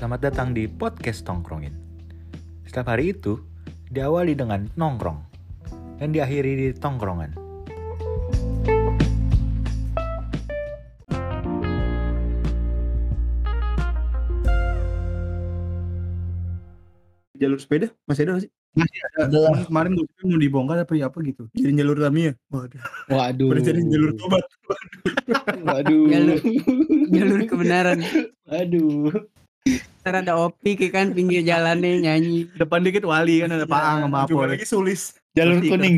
Selamat datang di podcast Tongkrongin. Setiap hari itu diawali dengan nongkrong dan diakhiri di tongkrongan. Jalur sepeda masih ada nggak sih? Masih ada. Kemarin gue mau dibongkar apa gitu. Jadi jalur Tamiya. Waduh. Udah jadi jalur tobat. Waduh. Jalur kebenaran. Aduh. Ntar ada Opik kan pinggir jalannya nyanyi. Depan dikit Wali kan ada Paang sama Cuma Apol. lagi sulis. Jalur Pasti kuning.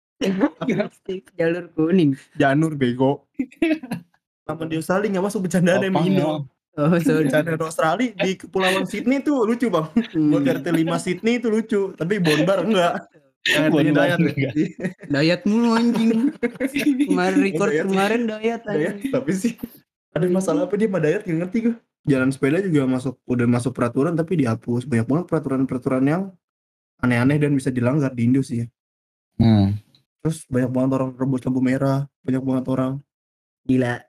Jalur kuning. Janur bego. Nama di Australia nggak masuk bercandaan emang Indo. Oh sorry. Bercandaan Australia di Kepulauan Sydney tuh lucu bang. Buat RT 5 Sydney itu lucu. Tapi Bonbar enggak. Yang Dayat. Dayat mulu anjing. Kemarin record Dayat. kemarin Dayat Ya, anjing. tapi sih ada masalah apa dia sama Dayat nggak ngerti gue. Jalan sepeda juga udah masuk peraturan tapi dihapus. Banyak banget peraturan yang aneh-aneh dan bisa dilanggar di Indo sih ya. Terus banyak banget orang rebut lampu merah, banyak banget orang Gila.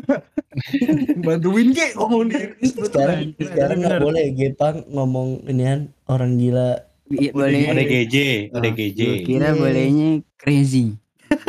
bantuin kek ngomong dia. Sekarang nggak boleh Gepang ngomong inian orang gila. Iya, boleh. ODGJ. Gua kira bolehnya crazy.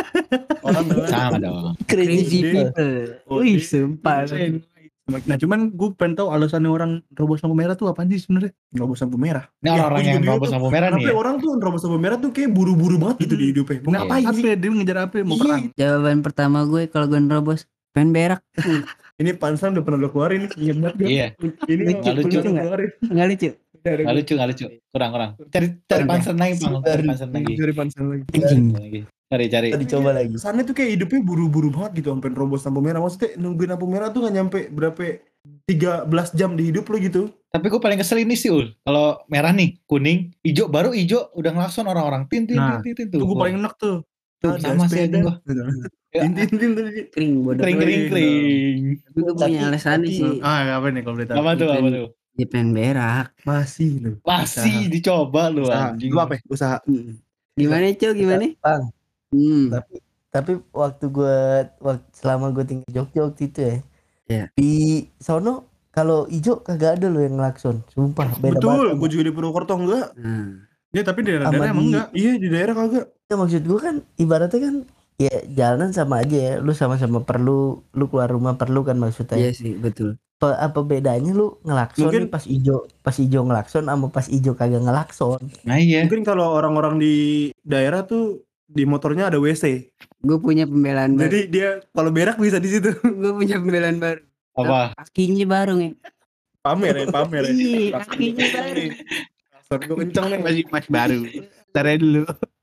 Sama dong. Crazy people. people. Wih, sumpah. Nah cuman gue pengen tahu alasannya orang terobos lampu merah tuh apa sih sebenarnya? Nerobos lampu merah. Ini Ya, orang gua yang juga nerobos bingung lampu merah nih. Kenapa orang tuh nerobos lampu merah tuh kayak buru-buru banget gitu di hidupnya. Mau ngapain sih? Apa dia ngejar apa? Mau perang? Jawaban pertama gue kalau gue nerobos pengen berak. Ini pansan udah pernah lo keluarin nih. Ingat banget gue. Iya. Ini Lucu, pernah lucu lo nggak? keluarin. Nggak lucu. Gak lucu. Kurang. Cari pansen lagi bang. Cari pansen lagi. Cari pansan lagi. Anjing. Cari. Kita dicoba lagi. Kesannya tuh kayak hidupnya buru-buru banget gitu sampai nerobos lampu merah. Maksudnya nungguin lampu merah tuh gak nyampe berapa 13 jam di hidup lo gitu. Tapi gue paling kesel ini sih Ul. Kalau merah nih, kuning, hijau, baru hijau udah ngelakson orang-orang. Tin tuh. Itu gue paling enak tuh. Tuh, sama sih anjing gua. Ya. Tin tadi. Kering bodoh. Kering. Tapi gue punya alasan nih sih. Apa nih kalau boleh tahu? Apa tuh? Dia pengen berak. Masih lo. Masih dicoba lu Usaha. anjing. Lu apa ya? Usaha. Gimana Cok? Gimana? Bang, Hmm. tapi waktu selama gue tinggal Jogja waktu itu ya. Iya. Di sono kalau ijo kagak ada lo yang ngelakson. Sumpah beda Betul, banget. gue juga di Purwokerto enggak. Nah. Ya tapi di daerah-daerah Sama emang di- enggak. Iya di daerah kagak. Ya, maksud gue kan ibaratnya kan ya jalanan sama aja ya. Lu sama-sama perlu, lu keluar rumah perlu kan maksudnya. Iya sih, betul. Apa bedanya lu ngelakson Mungkin- nih pas ijo ngelakson sama pas ijo kagak ngelakson. Nah iya. Mungkin kalau orang-orang di daerah tuh di motornya ada WC. Gue punya pembelaan baru. Jadi dia kalau berak bisa di situ. Gue punya pembelaan baru. Apa? Kakinya baru nih. Pamer ya. Iya, kakinya baru. Rasanya gue kenceng nih. Masih baru. Ntar aja dulu.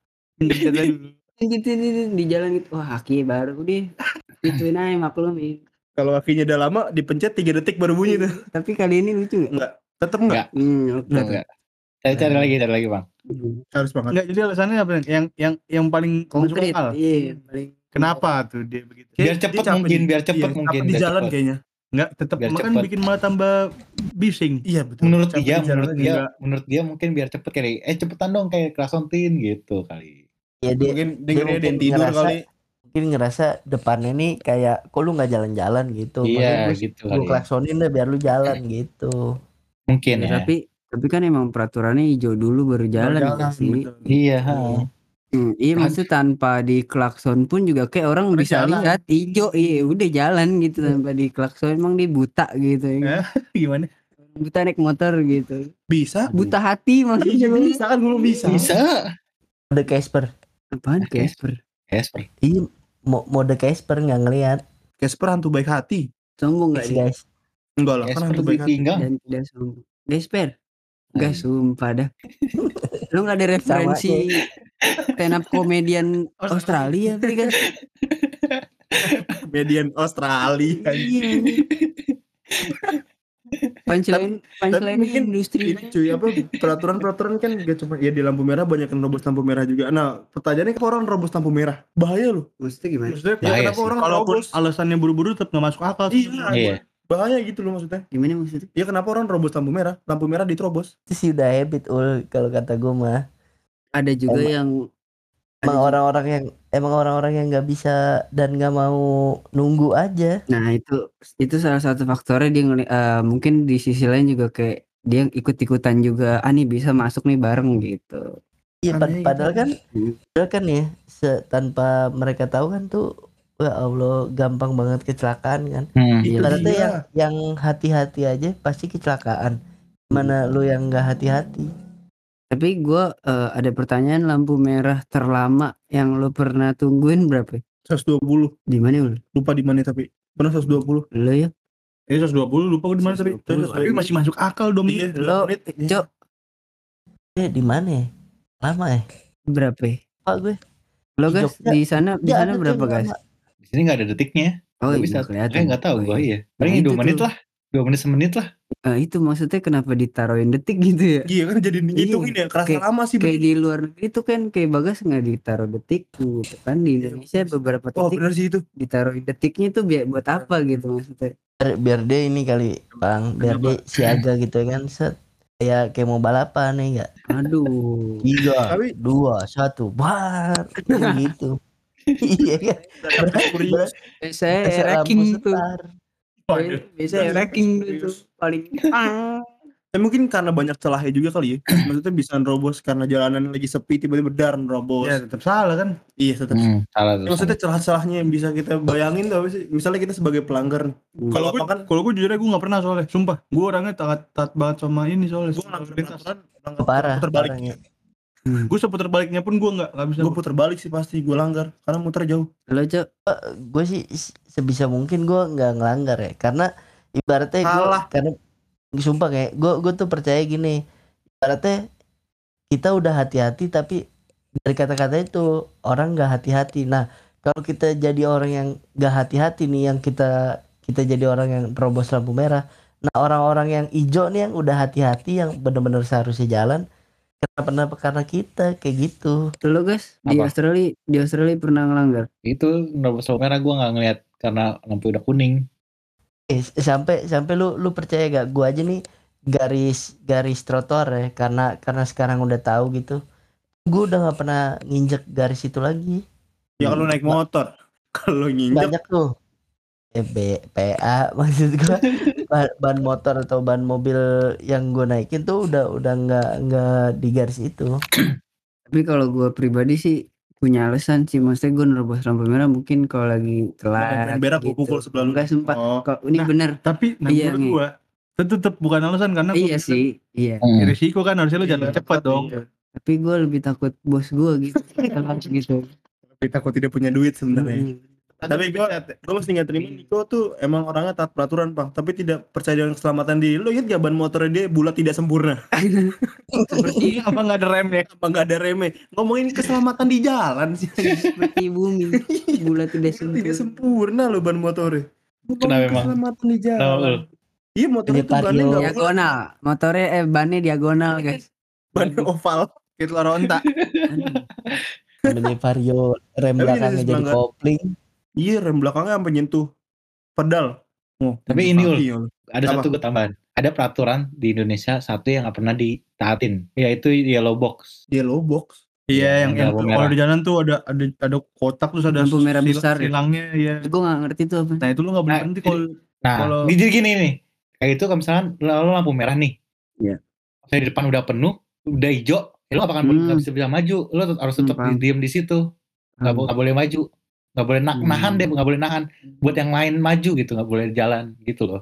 Gitu di jalan gitu. Wah, kakinya baru deh. Ituin aja maklumin. Kalau kakinya udah lama dipencet 3 detik baru bunyi tuh. Tapi kali ini lucu gak? Enggak. Tetep enggak. Oke. Enggak. Cari lagi bang. Harus banget. Enggak, jadi alasannya apa? Yang paling masuk Konkret. akal. Iya, paling. Kenapa tuh dia begitu? Biar Dia cepet capek mungkin, di- biar cepet iya, mungkin. capek di biar jalan cepet. kayaknya. Enggak, tetap Biar makan cepet. bikin malah tambah bising. Iya betul. Menurut Capek dia, di jalan enggak. menurut dia mungkin biar cepet kali. Cepetan dong kayak klaksontin gitu kali. Ya dia Mungkin dengernya dia mungkin tidur ngerasa- kali. mungkin ngerasa depannya nih kayak kok lu nggak jalan-jalan gitu. Iya, Makanya gitu gue kali. klaksonin deh biar lu jalan gitu. Mungkin Ya, ya. tapi kan emang peraturannya hijau dulu baru jalan Jalan, sih. betul. Iya. Iya maksud tanpa diklakson pun juga kayak orang Udah bisa jalan. lihat hijau, iya udah jalan gitu tanpa diklakson. Emang dia buta gitu ya. Gimana? Buta naik motor gitu. Bisa. Buta hati maksudnya. Bisa kan belum bisa. Bisa. Mode Casper. Apaan Casper? Casper. Iya, mode Casper nggak ngelihat. Casper hantu baik hati. Sombong gak dia? Guys, Enggak lah, kan Casper hantu baik hati. ditinggal. Dan tidak sombong. Desper? Gak sumpah dah. Lu gak ada referensi stand up komedian Australia tadi kan? Median Australia. Iya. Punchline mungkin industri. Ini cuy apa peraturan kan gak cuma ya di lampu merah banyak yang nerobos lampu merah juga. Nah pertanyaannya kenapa orang nerobos lampu merah? Bahaya loh. Maksudnya gimana? Maksudnya Bahaya kenapa sih. orang Kalaupun nerobos? alasannya buru-buru tetap nggak masuk akal. Iya. Bahaya gitu loh maksudnya. Gimana maksudnya? Ya kenapa orang nerobos lampu merah? Lampu merah diterobos. itu sih udah habit ul kalau kata gue mah. Ada juga Emang- yang Emang orang-orang yang emang orang-orang yang nggak bisa dan nggak mau nunggu aja. Nah itu salah satu faktornya dia mungkin di sisi lain juga kayak dia ikut-ikutan juga, nih bisa masuk nih bareng gitu. Iya Aneh padahal gitu. kan ya tanpa mereka tahu kan tuh ya Allah gampang banget kecelakaan kan. Itu Ibaratnya dia. yang hati-hati aja pasti kecelakaan. Mana lu yang nggak hati-hati? Tapi gue ada pertanyaan, lampu merah terlama yang lo pernah tungguin berapa? 120. Di mana lo? Lupa di mana tapi pernah 120. Lo ya? 120 lupa gue di mana tapi. 120. Tapi masih masuk akal dong. Iya, Lo, 2 menit. Cok, Di mana ya? Lama ya? berapa? Pak gue. Lo Di guys Jogja. di sana Ya, ada tuh berapa yang guys? lama. Di sini nggak ada detiknya. Oh Nggak iya bisa. kelihatan. Nggak tahu gue ya. Nah, Paling itu 2 menit tuh. lah. 2 menit semenit lah. Itu maksudnya kenapa ditaruhin detik gitu ya? Iya kan jadi ngitungin ya kerasa lama sih. Kayak di luar negeri itu kan kayak Bagas nggak ditaruh detik gitu kan, di Indonesia beberapa Oh detik benar sih itu. ditaruhin detiknya itu buat apa gitu maksudnya? Biar dia ini kali Bang, biar dia siaga gitu kan, set. Kayak mau balapan nih enggak? Aduh. 3, Tapi- 2, 1, bar. Gitu. Iya kan? Saya ranking tuh. Waduh. Biasanya ranking itu paling Ya mungkin karena banyak celahnya juga kali ya. Maksudnya bisa nerobos karena jalanan lagi sepi tiba-tiba dar nerobos. Ya tetap salah kan. Iya tetap. Salah Ya, tuh. maksudnya celah-celahnya yang bisa kita bayangin tuh apa sih? Misalnya kita sebagai pelanggar. Kalau gue kan kalau gue jujur aja gue nggak pernah soalnya. Sumpah. Gue orangnya taat banget sama ini soalnya. gue nggak lintas. Parah. putar balik. parahnya. Gue seputar baliknya pun gue nggak bisa. Gue putar balik sih pasti gue langgar karena muter jauh. Lo Cok, Gue sih sebisa mungkin gue nggak ngelanggar ya, karena ibaratnya gue Salah. karena sumpah kayak gue tuh percaya gini, ibaratnya kita udah hati-hati tapi dari kata-kata itu orang nggak hati-hati. Nah kalau kita jadi orang yang nggak hati-hati nih, yang kita jadi orang yang terobos lampu merah, nah orang-orang yang hijau nih yang udah hati-hati, yang benar-benar seharusnya jalan, kenapa karena kita kayak gitu. lo guys di Apa? Australia pernah ngelanggar? Itu nerobos lampu merah gue nggak ngeliat karena lampu udah kuning. Sampai lu percaya gak, gua aja nih garis trotoar ya, karena sekarang udah tahu gitu, gua udah nggak pernah nginjek garis itu lagi. Ya kalau naik motor, kalau nginjek Banyak tuh PA maksud gua, ban motor atau ban mobil yang gua naikin tuh udah nggak di garis itu. Tapi kalau gue pribadi sih punya alasan sih, maksudnya gue nerobos lampu merah mungkin kalau lagi telat main berak gitu. gua pukul sebelah lu. Enggak sumpah. Oh. Kok ini Nah, bener. Tapi Iya, menurut gue tetap bukan alasan karena Iya sih, iya. risiko kan harusnya lu jalan cepat dong. Tapi gue lebih takut bos gue gitu. Telat gitu. Tapi takut tidak punya duit sebenarnya. Mm. Tapi gue masih nggak terima Niko tuh emang orangnya taat peraturan Bang, tapi tidak percaya dengan keselamatan diri. Lo ingat gak ban motornya dia bulat tidak sempurna? Seperti apa nggak ada remnya? Apa nggak ada remnya? Ngomongin keselamatan di jalan sih. Seperti bumi. Bulat tidak Tidak sempurna. sempurna lo ban motornya. Kenapa emang? Keselamatan di Kenapa, jalan. Ul? Iya motornya Ini tuh bannya Vario. nggak bulat, Diagonal. Motornya bannya diagonal guys. ban oval. Kayak telur onta. Ini Vario, rem Tapi belakangnya jenis jadi mangga. kopling. Iya rem belakangnya sampai nyentuh pedal. Oh, Tapi ini, Ul. Iya. Ada Apa? satu ketambahan. Ada peraturan di Indonesia satu yang nggak pernah ditaatin, yaitu yellow box. Yellow box. Iya, yang lampu kalau merah. di jalan tuh ada kotak terus ada Lampu merah besar ya? silangnya ya. Gue gak ngerti tuh apa. Nah, itu lu enggak boleh Nah, berhenti kalau Nah, Kalau- jadi gini nih. Kayak itu kalau misalkan lo lampu merah nih. Iya. Saya di depan udah penuh, udah hijau, ya lo nggak bisa maju. Lo harus tetap Paham. diem di situ. Nggak boleh maju. Nggak boleh nahan deh, nggak boleh nahan. Buat yang lain maju gitu, nggak boleh jalan gitu loh.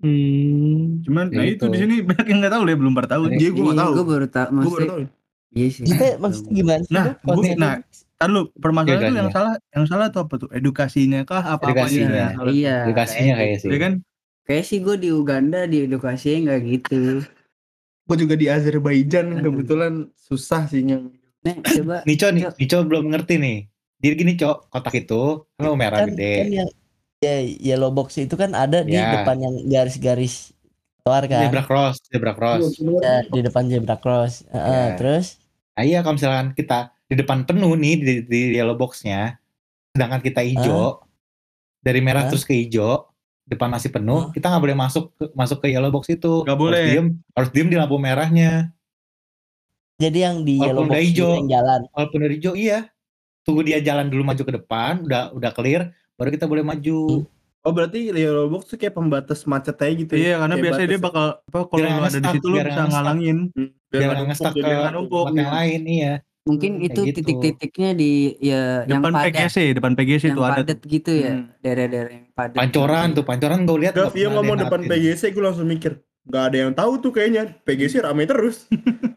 cuman nah Gitu. itu di sini banyak yang enggak tahu deh, belum pada tahu. Dia gue nggak tahu. Gue baru tahu. Gue baru Maksudnya tahu. iya sih. Kita maksudnya gimana sih? Nah, Lu konsepnya? nah, Ntar lu permasalahan itu Edukasinya. yang salah tuh apa tuh? Edukasinya kah apa-apanya? Edukasinya. Iya. Edukasinya kayak sih. Ya kan? Kayak sih gue di Uganda di edukasinya nggak gitu. Gue juga di Azerbaijan kebetulan susah sih yang. Nih coba. Nico belum ngerti nih. Jadi gini, Cok, kotak itu lo merah kan gede. yang yellow box itu kan ada di Ya. depan yang garis-garis trotoar kan. Zebra cross. Ya, di depan zebra cross. Ya. Terus Iya, kalau misalkan kita di depan penuh nih di yellow box-nya, sedangkan kita hijau, dari merah terus ke hijau, depan masih penuh, kita nggak boleh masuk ke yellow box itu. Nggak boleh. Harus diem di lampu merahnya. jadi yang di Walaupun yellow udah box hijau. yang jalan. Walaupun dari hijau, iya. tunggu dia jalan dulu maju ke depan, udah clear, baru kita boleh maju. Oh berarti yellow box tuh kayak pembatas macet aja gitu Iya, karena Kayak biasanya dia batas. bakal kalau Biar lu nggak ada di nge-stuck, situ lu biar bisa nggak nge-stuck. ngalangin. Biar nggak numpuk, nge-stuck biar ke dia nggak numpuk. tempat yang lain, iya. Mungkin Kayak itu gitu. titik-titiknya di ya yang Depan padat, depan PGC yang tuh ada padat tuh. gitu ya, daerah-daerah yang padat. Pancoran gue lihat Gak, dia pernah ada ngomong yang depan ngelakuin. PGC, gue langsung mikir gak ada yang tahu tuh kayaknya PGC rame terus.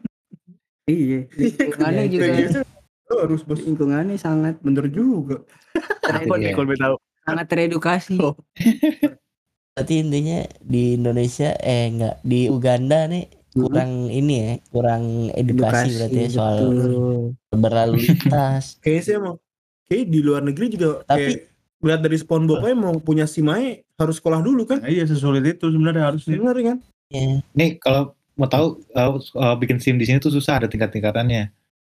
Iya, lingkungannya juga PGC terus bos. lingkungannya sangat Bener juga. Apa nih Iya. kalau tahu? sangat teredukasi. Berarti intinya di Indonesia enggak di Uganda nih kurang ini ya, kurang edukasi berarti ya soal betul. berlalu lintas. Kayaknya sih emang kayak di luar negeri juga Tapi- kayak lihat dari SpongeBob aja mau punya SIM aja harus sekolah dulu kan? Nah, iya sesulit itu sebenarnya harusnya. Bener kan? Ya, Nih kalau mau tahu bikin SIM di sini tuh susah, ada tingkat-tingkatannya.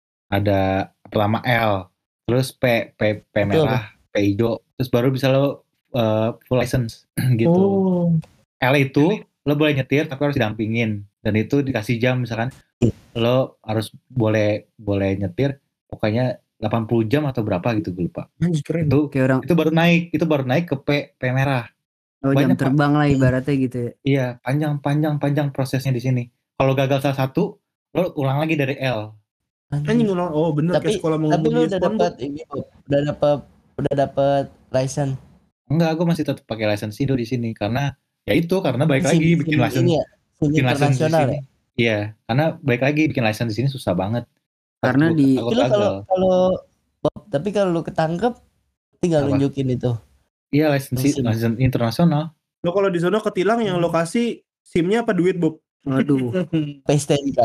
Ada pertama L, terus P merah, P hijau, terus baru bisa lo full license gitu. Oh. L itu lo boleh nyetir tapi harus didampingin, dan itu dikasih jam, misalkan lo harus boleh nyetir pokoknya 80 jam atau berapa gitu, gue lupa. Anjir keren. Kayak orang Itu baru naik ke P merah. jam banyak, Pak. terbang lah ibaratnya gitu ya. Iya, panjang prosesnya di sini. Kalau gagal salah satu, lo ulang lagi dari L. Anjing ulang. Oh bener Tapi kayak sekolah tapi lu mengemudi udah SpongeBob. dapat ini Bob. udah dapat license. Enggak, gue masih tetap pakai license Indo di sini karena balik SIM- lagi SIM bikin license. ini ya, SIM Bikin license di internasional sini. ya. Iya, karena balik lagi bikin license di sini susah banget. Karena Takut- di- takut Tapi lu gagal. kalau Bob, tapi kalau lu ketangkep tinggal Apa? nunjukin itu. Iya, license internasional. Lo kalau di sana ketilang yang lokasi SIM-nya apa duit Bob? Waduh. PSTNK.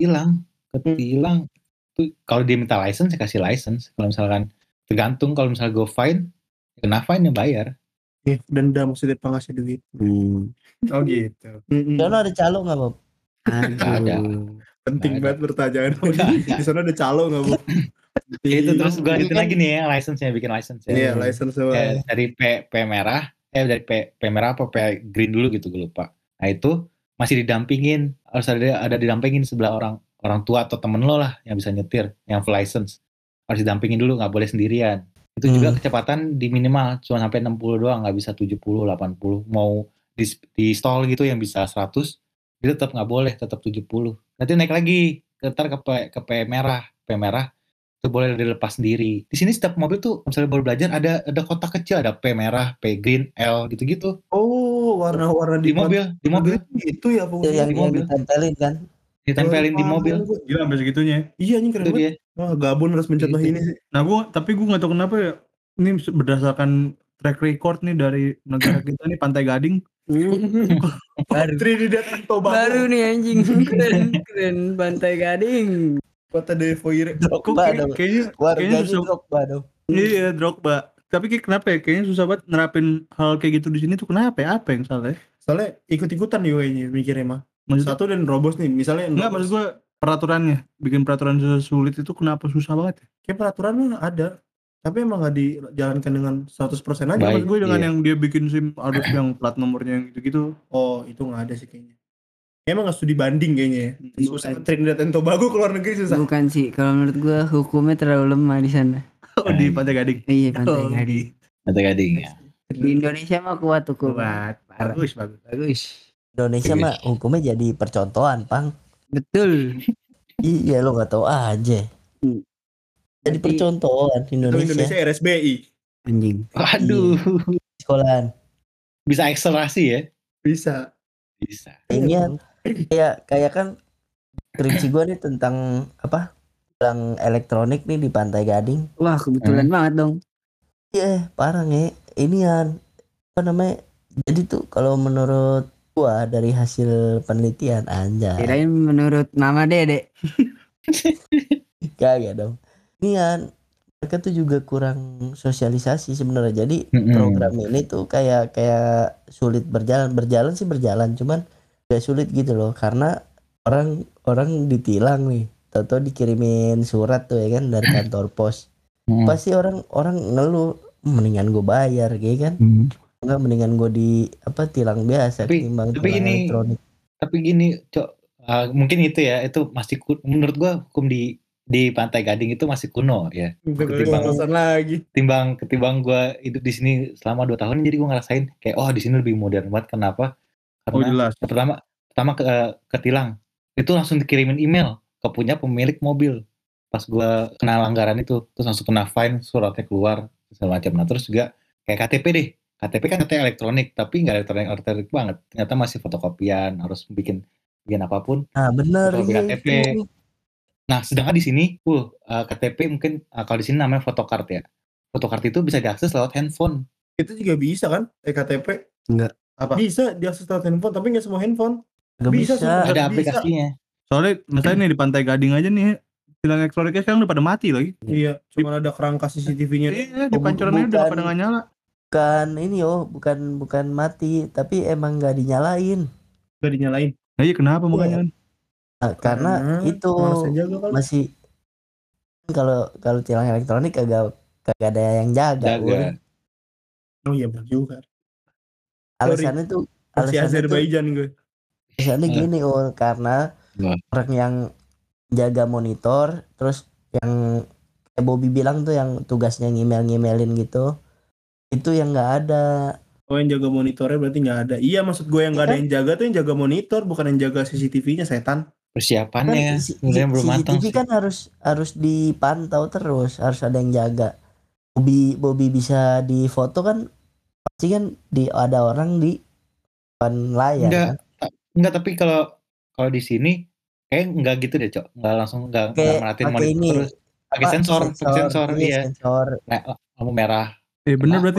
Ketilang. Tuh kalau dia minta license, saya kasih license. Kalau misalkan tergantung, kalau misalnya gue fine, kena fine ya bayar. Denda maksudnya pengasih duit. Oh gitu. Soalnya ada calo nggak Bob? Nggak ada. Penting Nggak ada. banget pertanyaan. Nggak ada. Di sana ada calo nggak Bob? Ya itu terus gue lanjutin Kan- lagi nih ya license-nya, bikin license ya. Iya license sama. Ya, dari P merah, dari P merah apa P green dulu gitu, gue lupa. Nah itu masih didampingin, harus ada didampingin sebelah orang tua atau temen lo lah yang bisa nyetir, yang full license. Harus didampingin dulu, nggak boleh sendirian. Itu juga kecepatan di minimal cuma sampai 60 doang, nggak bisa 70, 80. Mau di stall gitu yang bisa 100, itu tetap nggak boleh, tetap 70. Nanti naik lagi, ntar ke P merah itu boleh dilepas sendiri. Di sini setiap mobil tuh misalnya baru belajar ada kotak kecil, ada P merah, P green, L gitu-gitu. Oh warna-warna Di mobil itu ya fungsinya. Yang di mobil. ditempelin kan. ditempelin di mobil. Gila sampai segitunya. Iya nih keren Itu banget. dia. Wah Gabun harus mencontoh Gitu. ini sih. Nah tapi gue gak tahu kenapa ya. Ini berdasarkan track record nih dari negara kita nih, Pantai Gading. Trinidad and Tobago. Baru nih anjing. Keren Pantai Gading. Kota Devoire. Drogba dong. Kayaknya Warganya susah. Drogba dong. Iya, Drogba. Tapi kenapa ya? Kayaknya susah banget nerapin hal kayak gitu di sini tuh. Kenapa ya? Apa yang salah ya? Soalnya ikut-ikutan nih kayaknya mikirnya mah. Maksudnya, Satu dan robos nih. Misalnya enggak, maksud gue peraturannya. Bikin peraturan sulit itu kenapa susah banget ya? kayak peraturan mah ada. Tapi emang gak dijalankan dengan 100% aja. Baik. Maksud gue dengan Iya. yang dia bikin SIM harus yang plat nomornya yang gitu-gitu. Oh itu gak ada sih kayaknya. Emang gak studi banding kayaknya ya. Susah Bukan. Trinidad and Tobago keluar negeri susah. Bukan sih, kalau menurut gua hukumnya terlalu lemah di sana. Oh, di Pantai Gading. Iya, Pantai Oh. Gading. Pantai Gading ya. Di Indonesia mah kuat hukum. Kuat. Parah. Bagus. Bagus. Indonesia mah hukumnya jadi percontohan, Pang. Betul. Iya, lo gak tahu aja. Jadi Berarti- percontohan Itu Indonesia. Indonesia RSBI. Anjing. Waduh. Sekolahan. Bisa akselerasi ya? Bisa. Bisa. Ini kayak kan skripsi gue nih tentang apa? Tentang elektronik nih di Pantai Gading. Wah, kebetulan banget dong. Iya, parah nge. Inian apa namanya? Jadi tuh kalau menurut gua dari hasil penelitian anjay. Kirain menurut Mama Dede. Kagak dong. Inian mereka tuh juga kurang sosialisasi sebenarnya. Jadi program ini tuh kayak sulit berjalan sih berjalan, cuman kayak sulit gitu loh karena orang ditilang nih. Tahu-tahu dikirimin surat tuh ya kan dari kantor pos. Pasti orang ngeluh, mendingan gue bayar kayak kan. Enggak, mendingan gue tilang biasa ketimbang tapi tilang gini, elektronik. Tapi gini, Cok, mungkin itu ya, itu masih menurut gua hukum di di Pantai Gading itu masih kuno ya. Ketimbang lagi. ketimbang gue hidup di sini selama 2 tahun, jadi gue ngerasain kayak di sini lebih modern banget. Kenapa? Oh Karena jelas. pertama ke tilang itu langsung dikirimin email ke punya pemilik mobil. Pas gue kena langgaran itu, terus langsung kena fine, suratnya keluar segala macam. Nah terus juga kayak KTP deh. KTP kan katanya elektronik, tapi nggak elektronik banget. Ternyata masih fotokopian, harus bikin apapun. Nah bener Fotokopi iya KTP. itu. Nah, sedangkan di sini, KTP mungkin kalau di sini namanya photocard ya. Photocard itu bisa diakses lewat handphone. Itu juga bisa kan? KTP? Enggak. Apa? Bisa diakses lewat handphone, tapi nggak semua handphone. Gak bisa. sumpah, Ada bisa. aplikasinya. Soalnya misalnya nih di Pantai Gading aja nih, tilang elektroniknya sekarang udah pada mati lagi. Iya, cuma ada kerangka CCTV-nya. Iya, di pancorannya udah pada nggak nyala. Bukan ini bukan mati, tapi emang nggak dinyalain. Gak dinyalain. Nah, iya kenapa makanya? Nah, karena itu males jaga kali. masih kalau tilang elektronik kagak ada yang jaga. Ul. Oh iya benar juga. Alasannya tuh Masih Azerbaijan gue. alasannya gini karena orang yang jaga monitor, terus yang kayak Bobby bilang tuh yang tugasnya ngemailin gitu, itu yang nggak ada. Oh yang jaga monitornya berarti nggak ada. Iya maksud gue yang nggak ada yang jaga tuh yang jaga monitor, bukan yang jaga CCTV-nya, setan. Persiapannya sebenarnya belum matang CCTV sih. kan harus dipantau terus, harus ada yang jaga. Bobby bisa difoto kan, pasti kan ada orang di depan layar. Enggak, tapi kalau di sini kayak enggak gitu deh, Cok. Enggak langsung enggak merhatiin monitor ini, terus. Pakai sensor, iya. Sensor. Lampu merah. Bener berarti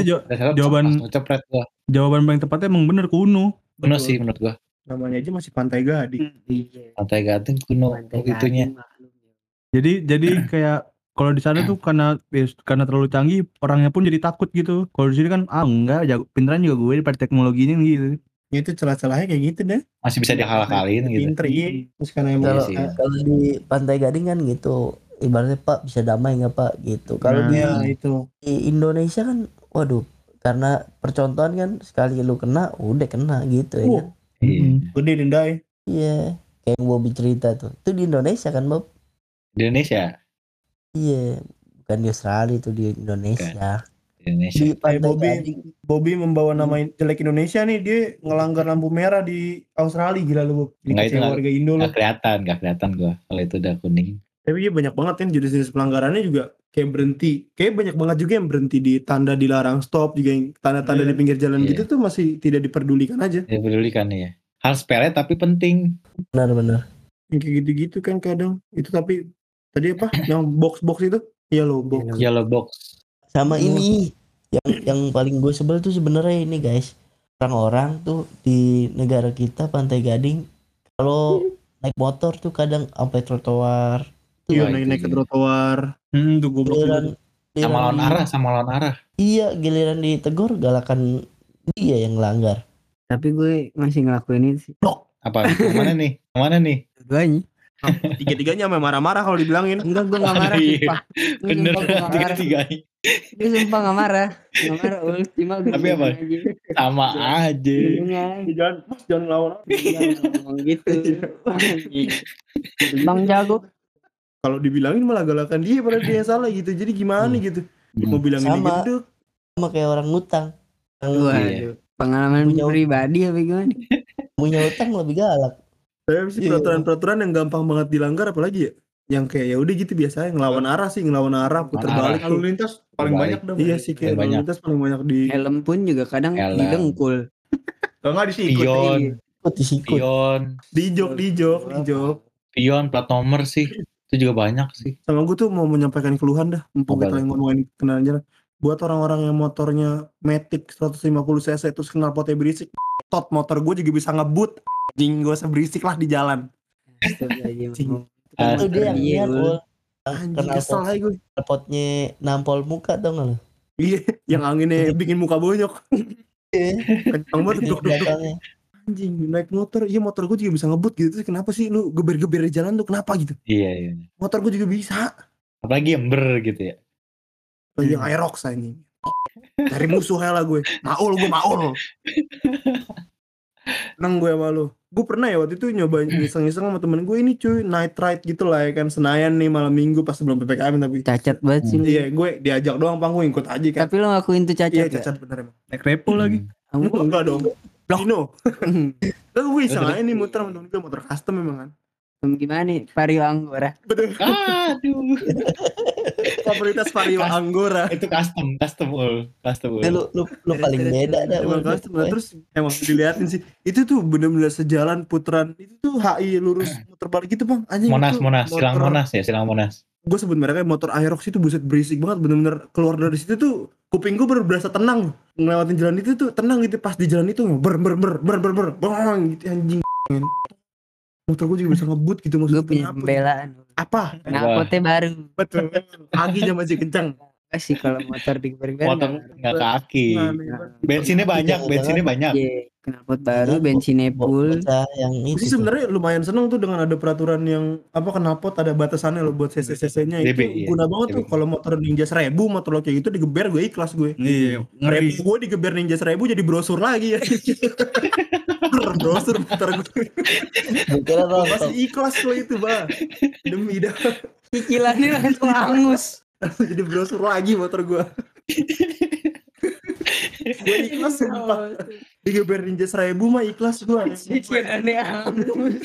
jawaban paling tepatnya emang bener kuno. Kuno sih menurut gua. Namanya aja masih Pantai Gading. Pantai Gading kuno itunya. Jadi kayak kalau di sana tuh karena terlalu canggih, orangnya pun jadi takut gitu. Kalau di sini kan enggak, pinteran juga gue pada teknologinya gitu. Itu celah-celahnya kayak gitu deh. Masih bisa diakal-akalin gitu. Pinter iya. Terus karena emang kalau di Pantai Gading kan gitu, ibaratnya Pak bisa damai nggak Pak gitu. Kalau di Indonesia kan, waduh, karena percontohan kan sekali lu kena, udah kena gitu ya kan. Gede dendai. Iya, kayak yang Bobby cerita tuh. Itu di Indonesia kan Bob? Di Indonesia. Iya, bukan di Australia, itu di Indonesia. Di Pantai Bobby membawa nama jelek Indonesia nih, dia ngelanggar lampu merah di Australia, gila lu Bob. Enggak, itu warga Indo lu. Gak kelihatan gua kalau itu udah kuning. Tapi iya banyak banget kan jenis-jenis pelanggarannya juga kayak berhenti. Kayak banyak banget juga yang berhenti di tanda dilarang stop, juga yang tanda-tanda di pinggir jalan gitu tuh masih tidak diperdulikan aja. Diperdulikan ya. Hal sepele tapi penting. Benar. Yang kayak gitu-gitu kan kadang. Itu tapi tadi apa? Yang box-box itu? Yellow box. Sama ini yang paling gue sebel tuh sebenarnya ini guys. Orang-orang tuh di negara kita Pantai Gading kalau naik motor tuh kadang sampai trotoar. Iya, naik ke trotoar. Tuh goblok. Sama lawan arah. Iya, giliran ditegur galakan dia yang langgar. Tapi gue masih ngelakuin itu sih. Apa? Yang mana nih? Duanya. Tiga-tiganya sampai marah-marah kalau dibilangin. Enggak, gue gak marah. Sumpah. Bener, tiga-tiganya. Gue sumpah gak marah. Cuma gue tapi apa? Sama aja. Jangan lawan. Ngomong gitu. Bang jago. Kalau dibilangin malah galakan dia, padahal dia yang salah gitu. Jadi gimana gitu? Mau bilang ini gendut. Sama kayak orang ngutang. Waduh. Pengalaman pribadi apa gimana? Punya utang lebih galak. Tapi sih peraturan-peraturan yang gampang banget dilanggar apalagi ya? Yang kayak ya udah gitu biasanya ngelawan arah putar balik. Lalu lintas paling banyak dong. Iya sih kayak lalu lintas paling banyak di helm pun juga kadang didengkul. Kalau nggak disikut. Pion. Pion plat nomor sih. Itu juga banyak sih. Sama gue tuh mau menyampaikan keluhan dah. Mumpung kita ngomongin kendaraan jalan. Buat orang-orang yang motornya Matic 150 cc terus knalpotnya berisik. Tot motor gue juga bisa ngebut. Anjing gue seberisik lah di jalan. Itu dia yang lihat anjing kesel aja gue. Knalpotnya nampol muka tau gak lo? Iya, yang anginnya bikin muka bonyok. Kencang banget duk. Anjing naik motor, iya motor gue juga bisa ngebut gitu. Terus kenapa sih lu geber-geber di jalan tuh kenapa gitu? Iya. Motor gue juga bisa. Apalagi yang gitu ya. Yang Aerox anjing. Cari musuh lah gue. Maul. Seneng gue sama lu. Gue pernah ya waktu itu nyoba iseng-iseng sama temen gue ini cuy, night ride gitu lah ya kan, Senayan nih malam minggu pas sebelum PPKM tapi. Cacat banget sih lu. Iya, gue diajak doang Bang, gue ikut aja kan. Tapi lo ngakuin tuh Iya, cacat gak? cacat bener emang. Naik repo lagi. Enggak dong. Dino. Lalu gue iseng aja nih muter sama temen gue, motor custom memang kan. Gimana nih Vario Anggora? Betul. Aduh. Komunitas Vario Anggora. Itu custom ul. Lu paling beda dah. Emang custom lah. Terus emang diliatin sih. Itu tuh bener-bener sejalan putaran. Itu tuh HI lurus muter balik gitu bang. Anjing Monas, itu silang Monas. Gue sebut mereka motor Aerox itu buset berisik banget. Bener-bener keluar dari situ tuh kuping gue berasa tenang. Ngelewatin jalan itu tuh tenang gitu. Pas di jalan itu ber bang gitu anjing. Motor gue juga bisa ngebut gitu Gue maksudnya. punya Kenapa? pembelaan. Apa? Knalpotnya baru. Betul. Aginya masih kencang. Gak sih kalau motor digeber-geber. Motor nggak kaki. Bensinnya banyak. Iya, knalpot baru, bensinnya full. Yang Gue itu sih sebenarnya lumayan seneng tuh dengan ada peraturan yang knalpot ada batasannya loh buat cc-nya itu DB, iya. guna banget tuh. DB. Kalau motor Ninja 1000 motor lo kayak gitu digeber gue ikhlas gue. Iya, ngeri. Gue digeber Ninja 1000 jadi brosur lagi ya. Brosur motor gue. Kira Masih ikhlas lo itu bang. Demi dah. Cicilannya langsung hangus. Jadi brosur lagi motor gue. Gue ikhlas sumpah. Digeber Ninja 1000 mah ikhlas gue. Cicilannya hangus.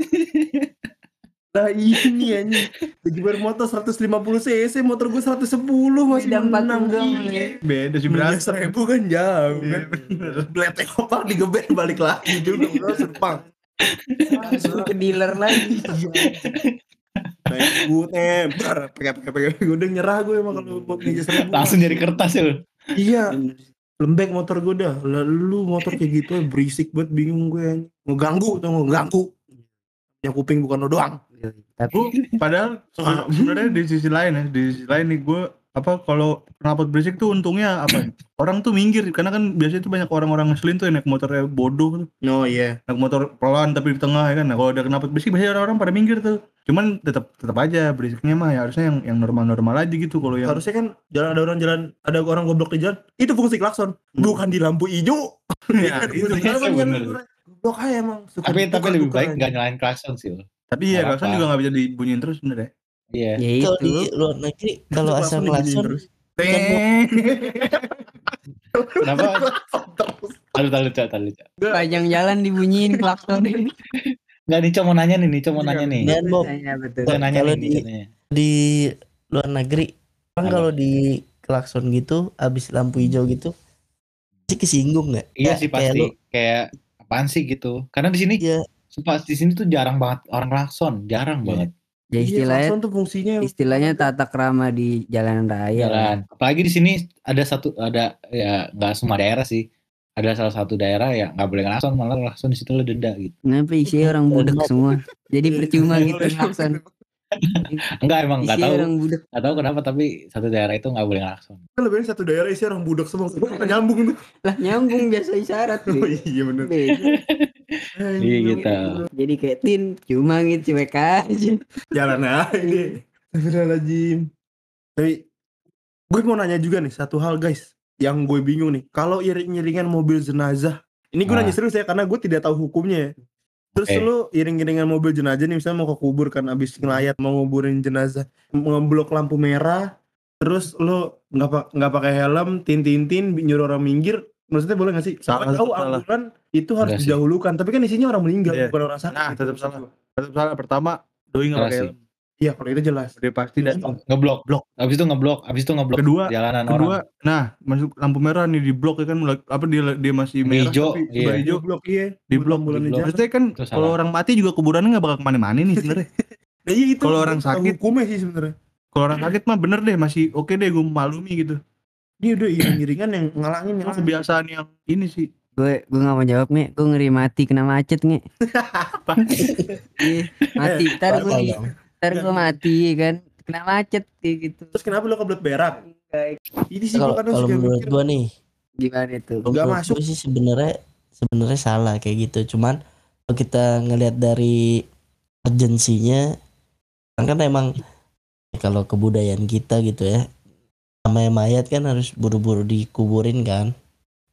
Nah ini anjing. Digeber motor 150 cc, motor gue 110 masih Beda 4 menang. dong. Beda sih Ninja berasa. 1000 kan jauh kan. Beletek opang digeber balik lagi juga brosur pang. Langsung ke dealer lagi. Naik gue pegang gue udah nyerah gue emang kalau buat Ninja 1000. Langsung jadi kertas ya. Iya. Lembek motor gue dah. Lalu motor kayak gitu berisik banget, bingung gue. Ngeganggu. Yang kuping bukan lo doang. Tapi Padahal sebenarnya di sisi lain nih gue kalau knalpot berisik tuh untungnya orang tuh minggir karena kan biasanya tuh banyak orang-orang ngeselin tuh yang naik motornya bodoh tuh. Oh iya. Naik motor pelan tapi di tengah ya kan. Nah kalau ada knalpot berisik biasanya orang-orang pada minggir tuh. Cuman tetap aja berisiknya mah ya harusnya yang normal aja gitu kalau yang Harusnya kan ada orang goblok di jalan. Itu fungsi klakson, bukan di lampu hijau. ya, Itu itu. bener. Goblok aja emang. Tapi lebih baik nggak nyalain klakson sih. Tapi ya Nggak klakson apa. juga nggak bisa dibunyiin terus sebenarnya. Iya. ya kalau di itu. luar negeri kalau Itu asal klakson dibunyiin klakson terus. Kenapa? Terus. Tahu. Panjang jalan dibunyiin klakson. Nggak nih, mau nanya nih. dan Bob Iya betul. Saya nanya Kalau nih. Nanya. di luar negeri kan Apa? kalau di klakson gitu abis lampu hijau gitu sih kesinggung nggak? Iya Kayak- sih kayak lu- pasti. Kayak apaan sih gitu. Karena di sini Iya. sumpah di sini tuh jarang banget orang klakson, jarang banget Ya Iya, klakson tuh fungsinya istilahnya tata krama di jalan raya. jalan. Apalagi di sini ada ya nggak semua daerah sih. Ada salah satu daerah ya nggak boleh klakson, malah klakson di situ lo denda gitu. Kenapa isinya orang budak semua? Jadi percuma gitu klakson. Enggak emang nggak Isinya tahu. orang budak. Nggak tahu kenapa tapi satu daerah itu nggak boleh klakson. Kan lebih satu daerah isi orang budak semua. Nggak nyambung tuh. Lah nyambung biasa isyarat. Oh Be. iya bener. Beda. Iya gitu. Jadi kayak tin cuma gitu cuek aja. Jalan aja ini. Astagfirullahaladzim. Tapi gue mau nanya juga nih satu hal guys, yang gue bingung nih. Kalau iring-iringan mobil jenazah, ini gue Ah. nanya serius ya karena gue tidak tahu hukumnya ya. Terus Oke. lu iring-iringan mobil jenazah nih misalnya mau ke kubur kan abis ngelayat mau nguburin jenazah, ngeblok lampu merah, terus lu nggak pakai helm, tin nyuruh orang minggir, maksudnya boleh nggak sih? Salah, Tahu salah. ambulan itu harus Enggak sih. didahulukan, tapi kan isinya orang meninggal Iya. bukan orang sakit. Nah, tetap salah. Pertama doi nggak Salah pakai sih. helm. Iya kalau itu jelas. Udah pasti datang. Ngeblok. Abis itu ngeblok Kedua, jalanan orang. nah masuk lampu merah nih di blok ya kan dia masih merah Hijau, tapi iya. sudah hijau Blok iya. di blok. Ambulan di jalan. Maksudnya kan Itu salah. kalau orang mati juga kuburannya nggak bakal kemana-mana nih sebenarnya. Nah, iya itu. Kalau orang tahu sakit- hukumnya sih sebenarnya. Kalau orang sakit mah bener deh masih oke deh gue maklumi gitu. Dia udah iring-iringan yang ngalangin Cuma kebiasaan yang ini sih. Gue gak mau jawab nge. Gue ngeri mati kena macet nge. Iya, mati. Ntar gue mati kan. Kena macet kayak gitu. Terus kenapa lo kebelet berak? Ini sih kalau gua kadang kalau suka menurut mikir. gua nih Gimana tuh? Nggak menurut masuk. gua sih sebenarnya salah kayak gitu. Cuman kalau kita ngelihat dari urgensinya kan emang kalau kebudayaan kita gitu ya namanya mayat kan harus buru-buru dikuburin kan.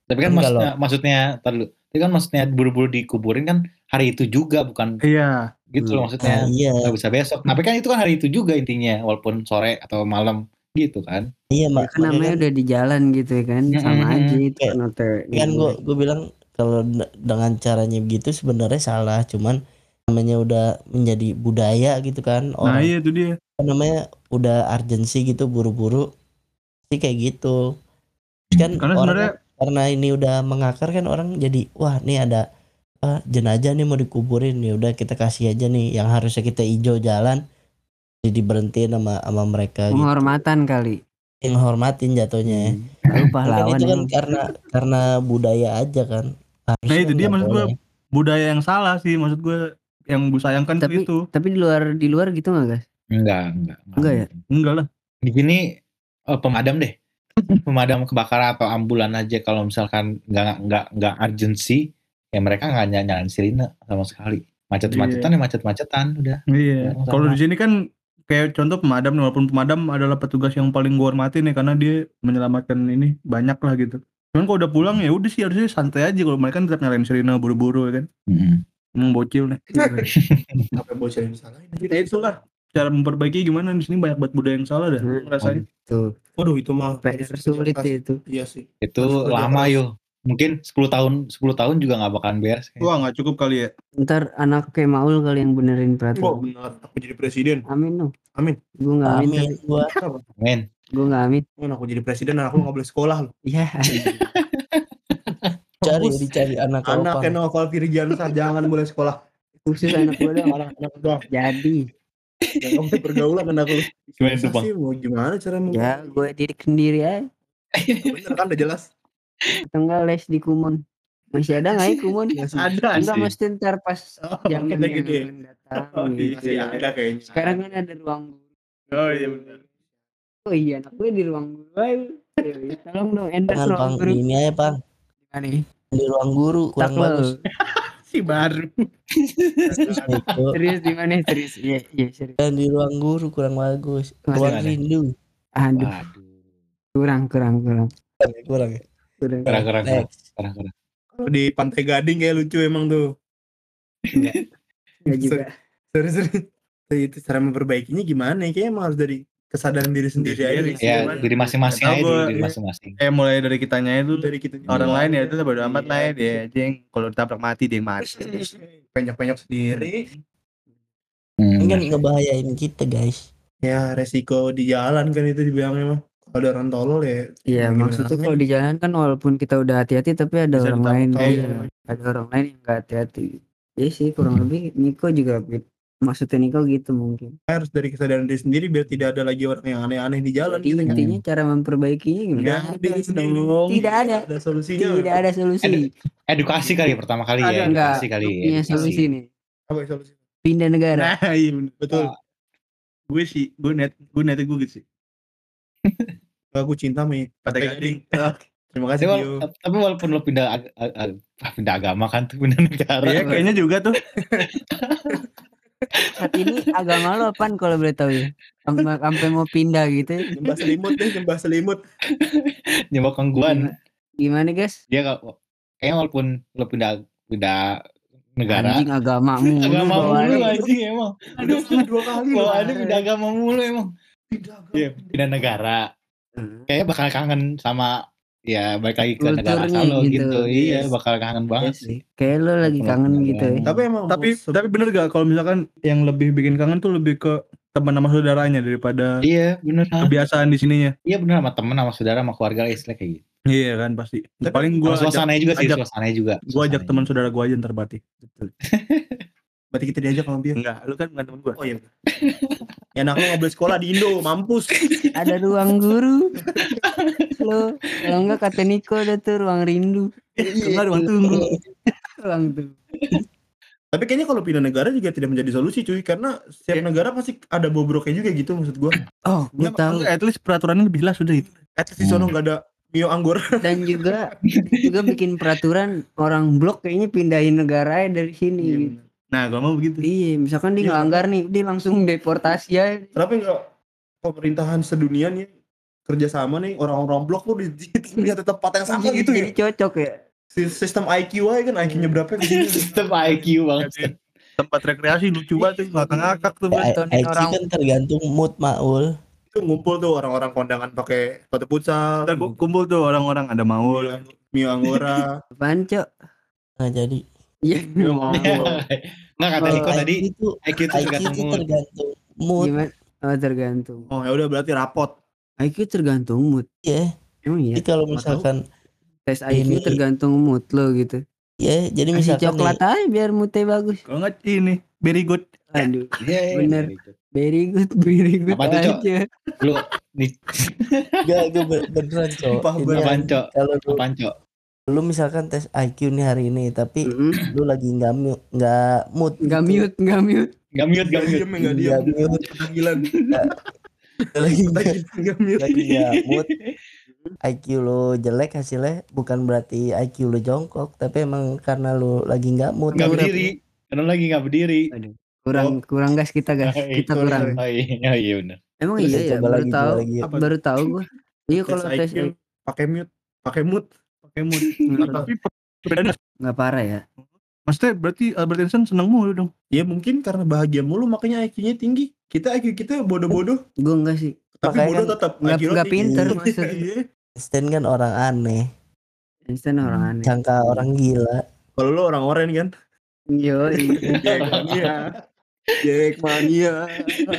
Tapi kan Kan maksudnya tapi kan maksudnya buru-buru dikuburin kan hari itu juga, bukan Iya. gitu loh maksudnya. iya. Nggak bisa besok. Tapi kan itu kan hari itu juga intinya, walaupun sore atau malam gitu kan. Iya, Ya kan namanya udah di jalan gitu ya kan, sama aja itu Kayak- kan gue bilang kalau dengan caranya begitu sebenarnya salah, cuman namanya udah menjadi budaya gitu kan, Nah orang iya itu dia. namanya udah urgensi gitu, buru-buru sih kayak gitu. Terus kan Karena orang sebenarnya karena ini udah mengakar kan, orang jadi wah nih ada jenazah nih mau dikuburin, ya udah kita kasih aja nih yang harusnya kita hijau jalan jadi berhentiin sama mereka gitu. penghormatan kali. Yang hormatin jatuhnya. Lalu Mungkin pahlawan itu kan emang. karena budaya aja kan. nah Harusnya itu dia nggak maksud gue, boleh. budaya yang salah sih maksud gue, yang gue sayangkan tuh itu. Tapi di luar gitu nggak guys? Enggak. Enggak ya? Enggak lah. Di sini pemadam deh. Pemadam kebakaran atau ambulan aja kalau misalkan nggak urgency, ya mereka nggak nyalain sirine sama sekali. Macet-macetan ya macet-macetan udah. Iya. Ya, Kalau sama. di sini kan kayak contoh pemadam, walaupun pemadam adalah petugas yang paling gue hormatin ya, karena dia menyelamatkan ini banyak lah gitu. Cuman kalau udah pulang ya udah sih harusnya santai aja. Kalau mereka kan tetap nyalain sirine buru-buru ya kan. Bocil nih. Apa bocil yang disalahin? Ya itulah cara memperbaiki gimana di sini, banyak banget budaya yang salah dah rasanya. Tuh, Waduh itu mah PR sulit sih itu. Iya sih. Itu Harus kerja lama keras. yo. Mungkin 10 tahun juga nggak bakalan beres. kayaknya. Wah nggak cukup kali ya. Ntar anak kayak Maul kali yang benerin Wah peraturan. benar, aku jadi presiden. Amin dong. Amin. Gue nggak amin. Amin gua. Men, Gue nggak amin. Aku jadi presiden dan aku nggak boleh sekolah loh. Iya. Dicari anak Anaknya opang. Noval Firjansah jangan boleh sekolah. Khusus anak gue dong. Anak udah Jadi. jangan boleh pergaulan anak lu. Gimana Susah tuh, Bang? sih, mau gimana cara Ya gue didik sendiri aja. bener kan udah jelas. Atau enggak les di Kumon. Masih ada nggak ya Kumon? Ada Enggak sih. mesti ntar pas jam kita yang gede. akan datang. Oh, gitu. Masih ada kayaknya. Sekarang kan ada ruang guru. Oh iya benar. Oh iya anak gue di ruang guru aja. Tolong dong endorse Jangan ruang Pang, guru. ini aja Pang. Gimana nih? Di ruang guru kurang Taklol. bagus. Si baru. Itu. Serius di mana serius? Iya serius. Dan di ruang guru kurang bagus. Ruang Gimana? rindu. Aduh Waduh. kurang. Kurang ya. Kurang. Next. Kalau di Pantai Gading kayak lucu emang tuh. Enggak juga. Serius. Itu cara memperbaikinya gimana ya? Kayaknya emang harus dari kesadaran diri sendiri aja. Diri. Ya diri masing-masing Nggak aja tahu dulu, gua. diri masing-masing. Mulai dari kitanya itu, Dari kita orang lain ya itu bodo amat Iya. lah ya, dia aja yang kalau ditabrak mati dia yang mati. Penyok-penyok sendiri. Ini kan ngebahayain kita guys. Ya resiko di jalan kan itu dibilangnya mah. Kalau ada orang tolol ya. Iya gimana maksudnya rasanya? kalau di jalan kan walaupun kita udah hati-hati tapi ada Bisa orang ditabrak. lain. Oh, Iya. iya. Ada orang lain yang nggak hati-hati. Iya sih kurang lebih Niko juga maksudnya Niko gitu mungkin. Harus dari kesadaran diri sendiri biar tidak ada lagi orang yang aneh-aneh di jalan Jadi gitu kan. intinya cara memperbaikinya gimana? Nggak ada dong. Tidak ada. Ada solusinya. Tidak ada solusi. Edukasi kali ya, pertama kali Ada ya. enggak Edukasi kali. punya edukasi. solusi nih. Apa solusi? Pindah negara. Nah iya bener. Betul. Gue sih, gue gitu sih. Aku cinta sama Pantai Gading. Terima kasih Tapi, Bio. tapi walaupun lo pindah agama kan tuh, pindah negara. Iya kayaknya juga tuh. Saat ini agama lo apaan kalau boleh tahu ya? Sampai mau pindah gitu. Nyembah selimut deh, nyembah selimut. Nyoba kangguan. Gimana guys? Dia kayaknya walaupun lo pindah negara. Anjing agama mulu. Agama mulu bawaannya. anjing emang. Aduh, 2 kali loh. Bawaannya pindah agama mulu emang. Pindah agama. Iya, pindah negara. Kayaknya bakal kangen sama ya balik lagi ke negara Kulturnya asal lo gitu. gitu. Iya, Yes. bakal kangen banget sih. Kayak lo lagi kangen gitu ya. Tapi emang Tapi bener gak kalau misalkan yang lebih bikin kangen tuh lebih ke teman sama saudaranya daripada Iya, bener. kebiasaan di sininya. Iya bener, sama temen, sama saudara, sama keluarga istilah kayak gitu. Iya kan pasti. Tapi Paling gue Sama suasananya juga sih, ajak, suasananya juga. gue ajak teman saudara gue aja ntar berarti. berarti kita diajak sama Bio. Enggak, lu kan bukan temen gue. Oh iya. Ya anak lo nggak boleh sekolah di Indo, mampus. Ada ruang guru. Lo kalau enggak kata Niko ada tuh ruang rindu. Enggak, ruang tunggu. Ruang tuh. Tapi kayaknya kalau pindah negara juga tidak menjadi solusi cuy, karena setiap negara pasti ada bobroknya juga gitu maksud gua. Oh, gue tahu. At least peraturannya lebih jelas udah itu. At least di sono nggak ada Mio Anggur. Dan juga bikin peraturan orang blok kayaknya pindahin negara dari sini. Nah kalau mau begitu. Iya, misalkan dia ngelanggar nih, dia langsung deportasi aja. Kenapa nggak pemerintahan sedunia nih kerja sama nih orang-orang blok tuh lihat tempat yang sama gitu ya. Jadi cocok ya. Sistem IQ aja kan, IQ-nya berapa gitu. Sistem IQ banget. Tempat rekreasi lucu banget tuh, ngakak-ngakak tuh. IQ orang- kan tergantung mood Maul. Itu ngumpul tuh orang-orang kondangan pakai sepatu futsal. Ntar kumpul tuh orang-orang, ada Maul. Mio Anggora. Apaan, Cok? Nah jadi Iya. Nggak kata Iko tadi IQ itu IQ tergantung itu mood. tergantung mood. Gimana? Oh, tergantung. Oh ya udah berarti rapot. IQ tergantung mood. Ya, Emang iya? jadi kalau misalkan Tes IQ ini- tergantung mood lo gitu. ya, jadi Kasih misalkan coklat nih, aja biar moodnya bagus. Kalau nggak ini, very good. Aduh, Iya, Bener. Very good Apa tuh, Cok? aja. Lu nih gak beneran Cok. Sumpah, Ini beneran, kan Cok. kalau apaan, Cok? lu misalkan tes IQ nih hari ini, tapi Mm-mm. lu lagi nggak mood Nggak gitu. mute, nggak mute. Gak mute, gak mute. Enggak Nggak diam. mute. Panggilan. lagi Enggak mute. lagi nggak mood, IQ lo jelek hasilnya bukan berarti IQ lo jongkok, tapi emang karena lo lagi nggak mood. Gak Lu berdiri. Karena lagi gak berdiri. Aduh, kurang gas kita guys. Kita sorry, kurang. sorry. Oh iya benar. Emang Terus iya ya, coba baru lagi, tahu. coba lagi. Apa? Baru tahu gue. Iya Tes kalau tes IQ pakai mute, pakai mood. Pakai mood. IQ Tapi perbedaannya, nggak parah ya. maksudnya berarti Albert Einstein seneng mulu dong. Ya mungkin karena bahagia mulu makanya IQ-nya tinggi. Kita IQ kita bodoh-bodoh, Gue enggak sih. tapi Makanya bodoh kan tetap. nggak- IQ lo nggak tinggi. pinter maksudnya. Iya. Einstein kan orang aneh, Einstein orang aneh. jangka orang gila. Kalau lo orang oren kan? Yo, Jackmania.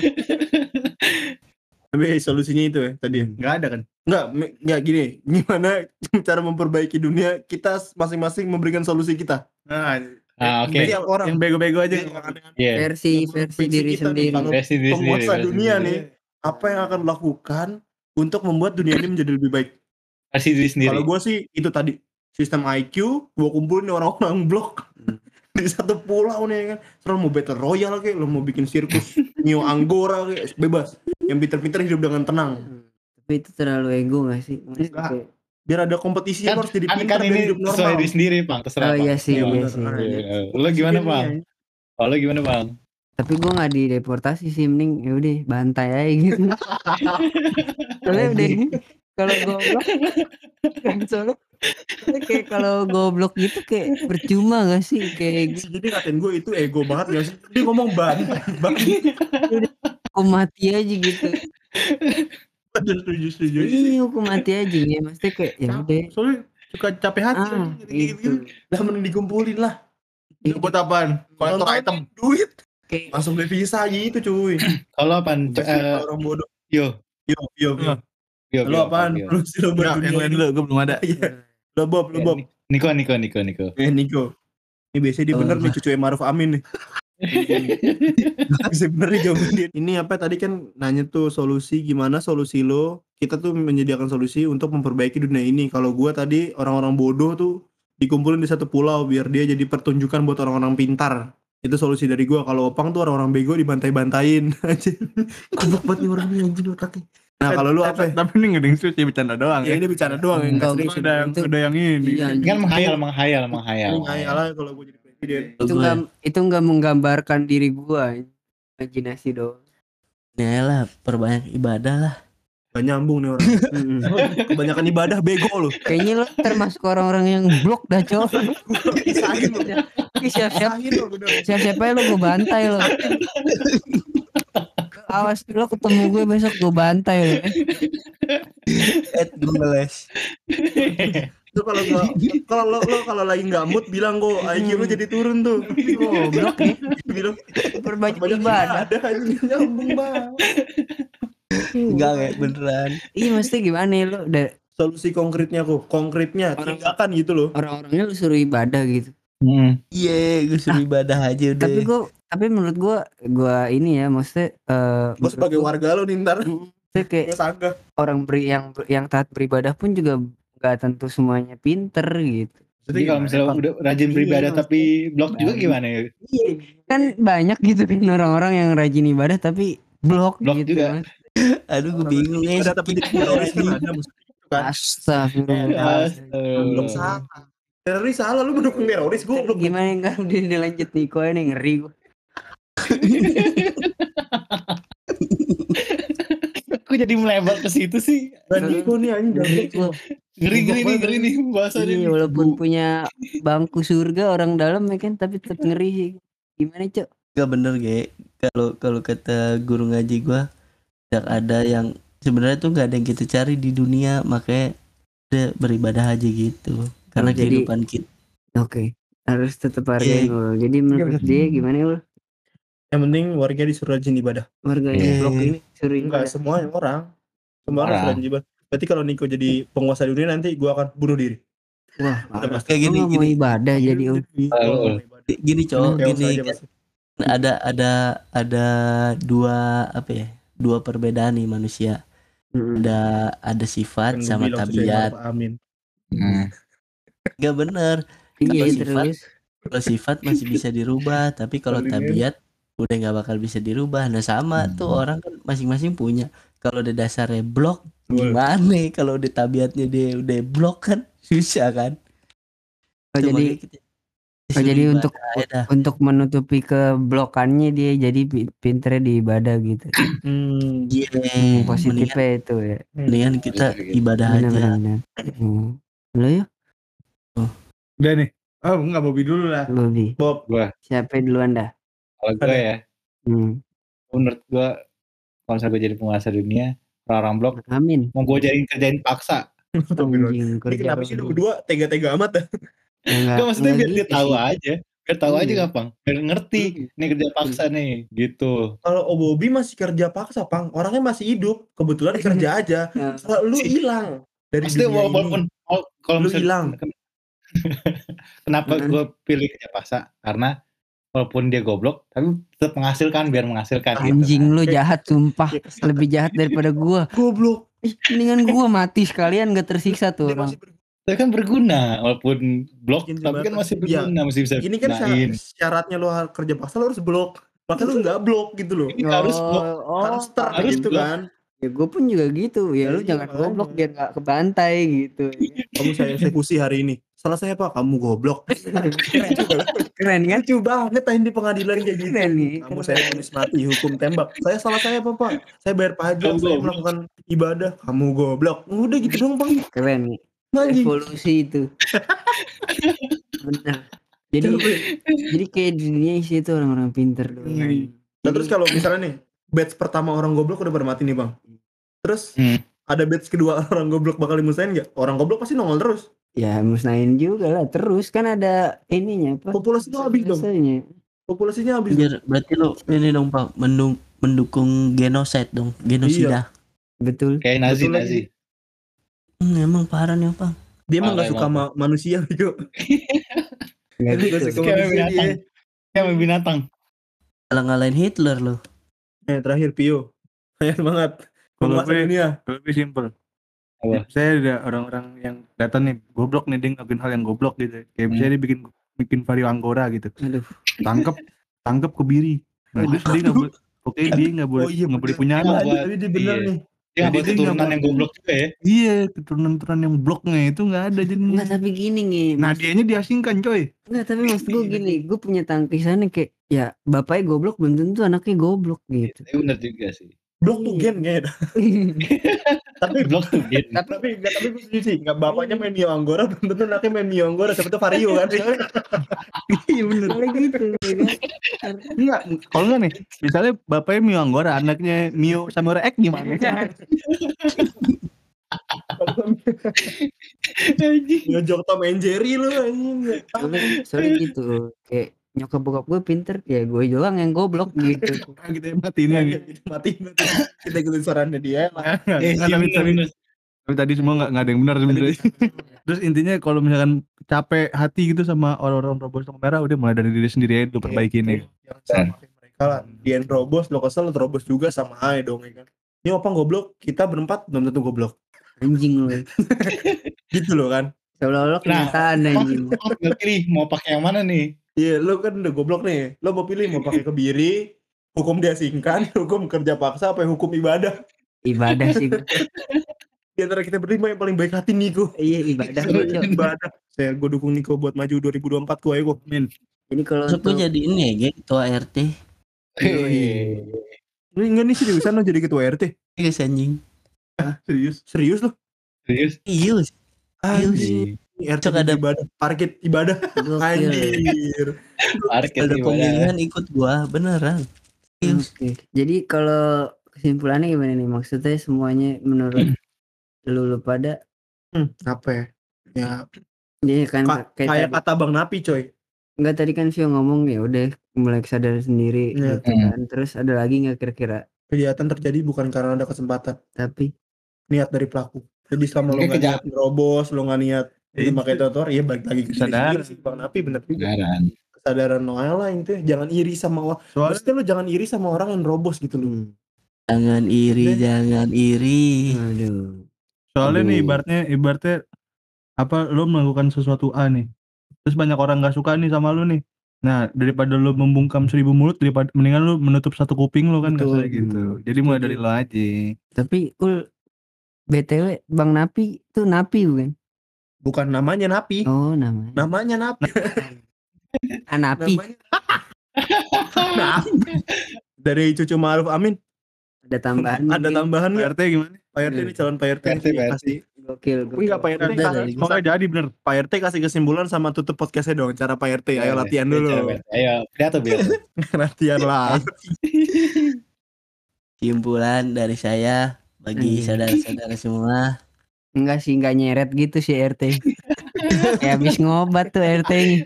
Tapi solusinya itu ya tadi. Nggak ada kan? Enggak gini. Gimana cara memperbaiki dunia? Kita masing-masing memberikan solusi kita. Nah, Ah, oke. Setiap orang yang bego-bego aja. yang aneh-aneh. Iya. versi Fiksi diri kita nih, sendiri. kalau Versi diri sendiri, penguasa versi dunia sendiri. nih, apa yang akan dilakukan untuk membuat dunia ini menjadi lebih baik? Versi diri sendiri. Kalau gue sih itu tadi sistem IQ, gue kumpulin orang-orang blok di satu pulau nih kan. Terus mau battle royale kayak, lo mau bikin sirkus Mio Anggora kayak, bebas. Yang pinter-pinter hidup dengan tenang. Tapi itu terlalu ego gak sih? Maksudnya Enggak. kayak- Biar ada kompetisi Kan, harus jadi kan, pintar kan dan ini hidup sesuai normal. diri sendiri, Bang. Terserah, Oh Bang. iya sih, Iya, iya bener. sih. Iya. Lo gimana, Bang? Oh, lo gimana, Bang? Tapi gue gak dideportasi sih, mending yaudah bantai aja gitu. Soalnya udah kalau goblok soalnya kayak kalau goblok gitu kayak percuma gak sih kayak gitu. Jadi ngatain gue itu ego banget gak sih? Dia ngomong bantai. Hukum mati aja gitu. Setuju. Iya hukum mati aja ya. Maksudnya kayak ya udah. Soalnya suka capek hati. Ah, gitu. itu. Udah mending dikumpulin lah. Itu buat apaan? Kolektor Nonton item. duit. Kayak Langsung beli visa gitu cuy. Kalau apaan? Orang bodoh. Yo. Yo. Lu apaan? Lu sih lo Enggak, yang lain dulu, gue belum ada. Iya. Lu Bob. Niko. Niko. Ini biasanya dia bener nih cucu Maruf Amin nih. Bisa bener nih jawaban dia. Ini apa tadi kan nanya tuh solusi gimana solusi lo? Kita tuh menyediakan solusi untuk memperbaiki dunia ini. Kalau gua tadi orang-orang bodoh tuh dikumpulin di satu pulau biar dia jadi pertunjukan buat orang-orang pintar. Itu solusi dari gua. Kalau Opang tuh orang-orang bego dibantai-bantain aja. Goblok banget nih orang ini anjing otaknya. Nah, kalau lu apa? Tapi ini nggak ada sih bercanda doang Ya ya. ini bercanda doang yang Enggak, serius. Ada yang ini. iya, Kan menghayal. Ini ngayal lah kalau gua jadi presiden. itu nggak menggambarkan diri gua. Imajinasi doang. Ya lah, perbanyak ibadah lah. Gak nyambung nih orang. Kebanyakan ibadah bego lu. Kayaknya lo termasuk orang-orang yang blok dah cowok. Pisahin lu. Siap-siap Pisahin lu bener. siap-siap aja lo gue bantai lo. Awas lo ketemu gue besok gue bantai lo. Gemeles. Itu kalau kalau lagi nggak mood bilang kok IQ lu jadi turun tuh. Oh blok ya. Bilang Perbanyak banyak ibadah. ada aja nyambung banget. Enggak kayak beneran. Iya mesti gimana ya lo udah Solusi konkretnya tindakan gitu loh. orang-orangnya lu suruh ibadah gitu. Iya, gue suruh ibadah aja udah. Tapi menurut gue ini ya maksudnya Gue sebagai warga lo nih ntar maksudnya kayak gue sanggah. orang yang taat beribadah pun juga gak tentu semuanya pinter gitu. Jadi kalau misalnya udah rajin beribadah Iya, tapi blok juga gimana ya? Kan banyak gitu kan orang-orang yang rajin ibadah tapi blok Blok gitu. juga. Aduh, gue bingung ya. Ada tapi jadi teroris kan ada maksudnya kan. Astagfirullah. Belum salah. Teroris salah lu mendukung teroris gue belum. Gimana enggak udah dilanjut Niko ini ngeri gue. Aku kok jadi melebar ke situ sih? Niko nih anjing goblok. Ngeri nih bahasanya Iya, nih. walaupun punya bangku surga orang dalam ya kan, tapi tetap ngeri sih. Gimana, Cok? Gak bener Ge. Kalau kata guru ngaji gua, tidak ada yang sebenarnya tuh nggak ada yang kita cari di dunia, makanya udah beribadah aja gitu. Karena jadi- kehidupan kita. Oke. Harus tetap hargain Iya. Ul. Jadi menurut dia gimana Ul? Yang penting warga disuruh rajin ibadah. Warga Iya. blok ini suruh Enggak ibadah. semua orang. Semua orang Orang. suruh rajin ibadah. Berarti kalau Niko jadi penguasa dunia nanti gua akan bunuh diri. Wah, Udah pasti. Kayak lu nggak mau ibadah jadi Ul. Gini cowok, Chaos gini aja kan. pasti. Ada dua perbedaan nih manusia. Mm-mm. Ada sifat Yang sama bilang sesuai tabiat. Pak Amin. Gak bener. Iya Kalau sifat, terus. kalau sifat masih bisa dirubah, tapi kalau Paling tabiat udah nggak bakal bisa dirubah. Nah sama tuh orang kan masing-masing punya. Kalau udah dasarnya blok, Betul. gimana? Kalau udah tabiatnya dia udah blok kan susah kan. Oh, Tuh, jadi makanya kita oh, jadi disuruh untuk ibadah aja dah. untuk menutupi keblokannya dia jadi pinternya di ibadah gitu. Iya, Positifnya itu ya. mendingan kita ibadah aja. Benar-benar. Lo yuk, Udah nih. Oh enggak, Bobby dulu lah. Bobby. Bob, Siapa duluan dah? Kalau gue ya, Hmm. menurut gue, kalau misalnya gue jadi penguasa dunia, orang-orang blok Amin. mau gue kerjain paksa. Anjing ini kerja. kenapa sih lu berdua tega-tega amat dah? Gak maksudnya biar dia gitu tahu sih. aja. Biar tahu aja Iya. gampang. Biar ngerti. Ini kerja paksa nih. Gitu. Kalau Bobby masih kerja paksa, Pang. Orangnya masih hidup. Kebetulan kerja aja. Kalau lu hilang dari Maksudnya dunia walaupun ini. kalau Lu misalnya hilang. kenapa gue pilih kerja paksa? Karena walaupun dia goblok, tapi tetap menghasilkan, biar menghasilkan. gitu. Anjing lu jahat sumpah. Lebih jahat daripada gua. Goblok. Ih, mendingan gua mati sekalian gak tersiksa tuh Dia orang. masih Tapi kan berguna, walaupun blok, Bikin tapi kan jembatan. masih Iya. berguna, masih bisa Gini kan gunain. syaratnya lo kerja paksa lo harus blok. Makanya lu nggak blok gitu loh. Ini harus blok. Harus ter harus gitu blok. kan. Ya gue pun juga gitu. Ya lu Iya, jangan makanya. goblok biar gak kebantai gitu. Kamu saya eksekusi hari ini. Salah saya Pak, kamu goblok. Keren kan? Lucu banget tadi di pengadilan kayak gitu. Keren nih. Kamu saya vonis mati, hukum tembak. Salah saya apa Pak? Saya bayar pajak, Kamu saya goblok. melakukan ibadah. Kamu goblok. Udah gitu dong Bang. Keren nih. Anjing. Evolusi itu. Bener. Jadi kayak di dunia isi itu orang-orang pinter doang. Nah terus kalau misalnya nih, batch pertama orang goblok udah pada mati nih Bang. Terus ada batch kedua orang goblok bakal dimusahin nggak? Orang goblok pasti nongol terus. Ya musnahin juga lah. Terus kan ada ininya apa? Populasinya habis dong. Biasanya. Populasinya habis. Biar berarti lo ini dong Pak mendukung genocide dong, genosida. Betul. Kayak Nazi. Betul lagi. Emang parah nih Pak. Dia emang Parah gak suka sama manusia gitu. Nggak Dia gitu. gak suka Kayak manusia dia. binatang. Kayak binatang. Kalau ngalahin Hitler lo. Terakhir Pio. Sayang banget. Kalau Penguasa gue- dunia. Lebih simpel. Apa? Saya ada orang-orang yang datang nih goblok nih, dia ngelakuin hal yang goblok gitu. Kayak misalnya dia bikin vario anggora gitu. Aduh. Tangkep kebiri. Nah, terus dia nggak boleh. Oke, dia nggak boleh Oh iya, nggak boleh bener. punya anak. Buat- Tapi dia bener iya. nih. Dia nggak Jadi buat dia keturunan nggak yang goblok juga ya. Iya, keturunan-keturunan yang bloknya itu nggak ada jadinya. Enggak tapi gini nih. Nah, dianya diasingkan coy. Enggak tapi maksud gue gini. Gue punya tangkisannya kayak ya bapaknya goblok belum tentu anaknya goblok gitu. Tapi bener juga sih. Blok tuh gen kayaknya. Tapi Blok tuh gitu. tapi gue setuju sih. Nggak bapaknya main Mio Anggora, belum tentu anaknya main Mio Anggora. Siapa tuh Vario kan. Iya bener. Soalnya gitu ya kan. Enggak, kalau enggak nih, misalnya bapaknya Mio Anggora, anaknya Mio Samurai X gimana? Ngejok Tom and Jerry lu anjing. Soalnya gitu. Kayak nyokap bokap gue pinter ya gue doang yang goblok gitu. Kita matiin lagi. Mati. Kita ikutin sarannya dia. Tapi tadi semua nggak ada yang benar sebenarnya. Terus intinya kalau misalkan capek hati gitu sama orang-orang Robos Tongkol Merah, udah mulai dari diri sendiri aja lu perbaikin ya. Yang sama kayak mereka lah. Dia Robos, lo kesel, lo terobos juga sama aja dong ya kan. Ini opang goblok, kita berempat belum tentu goblok. Anjing lu. Gitu loh kan. Seolah-olah kenyataan anjing. Pilih mau pakai yang mana nih? Iya, lo kan udah goblok nih. Lo mau pilih mau pakai kebiri, hukum diasingkan, hukum kerja paksa, apa hukum ibadah? Ibadah sih gue. Di antara kita berlima yang paling baik hati Niko. Iya ibadah gue Cok. Ibadah. Gue dukung Niko buat maju 2024 gue ayo. Min. Ini kalau Masuk gue untuk jadi ini ya, ketua RT. Ini enggak nih seriusan lo jadi ketua RT? Guys anjing. Serius lo? Serius? Ius. Anjing. RT Cok ada ibadah, parkir ibadah. Gokil. Anjir. Parkir ada di mana? pemilihan ikut gua beneran. Ius. Oke. Jadi kalau kesimpulannya gimana nih? Maksudnya semuanya menurut lu pada Apa ya? Ya dia kan kayak tadi. kata Bang Napi coy. Enggak, tadi kan Vio ngomong ya udah mulai kesadaran sendiri Iya. gitu kan. Terus ada lagi nggak kira-kira? Kejahatan terjadi bukan karena ada kesempatan, Tapi niat dari pelaku. Jadi selama lo nggak niat nerobos, lo nggak niat itu pakai trotoar, ya balik lagi ke diri Kesadaran. sendiri sih. Bang Napi bener juga. Beneran. Kesadaran lo lah itu, jangan iri sama orang. Soalnya Maksudnya lo jangan iri sama orang yang robos gitu lo. Jangan iri, Udah. jangan iri. aduh. Soalnya nih Aduh. ibaratnya apa lo melakukan sesuatu A nih. Terus banyak orang gak suka nih sama lo nih. Nah, daripada lo membungkam 1000 mulut daripada mendingan lo menutup satu kuping lo kan Betul. kasarnya gitu. Jadi mulai dari lo aja. Tapi BTW Bang Napi tuh Napi bukan? Bukan namanya Napi, Oh namanya. namanya Napi. Napi. Napi. Dari cucu Ma'ruf Amin. Ada tambahan. Ada tambahan Pak nggak? RT gimana? Pak RT ini calon Pak RT. Pak RT. Kasih. Gokil. Enggak, Pak RT Ada kasih. dari- Semoga jadi bener. Pak RT kasih kesimpulan sama tutup podcastnya dong. Cara Pak RT. Ayo latihan dulu. Ayo, pidato. Latihan lah. Kesimpulan dari saya bagi saudara-saudara semua. Enggak sih, enggak nyeret gitu sih RT. Kayak habis ngobat tuh RT-nya.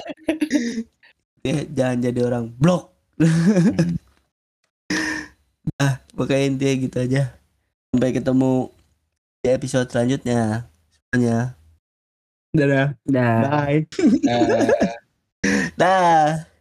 Ya, jangan jadi orang blok. Nah, pokoknya intinya gitu aja. Sampai ketemu di episode selanjutnya. Semuanya. Dadah. Dah. Bye. Dah.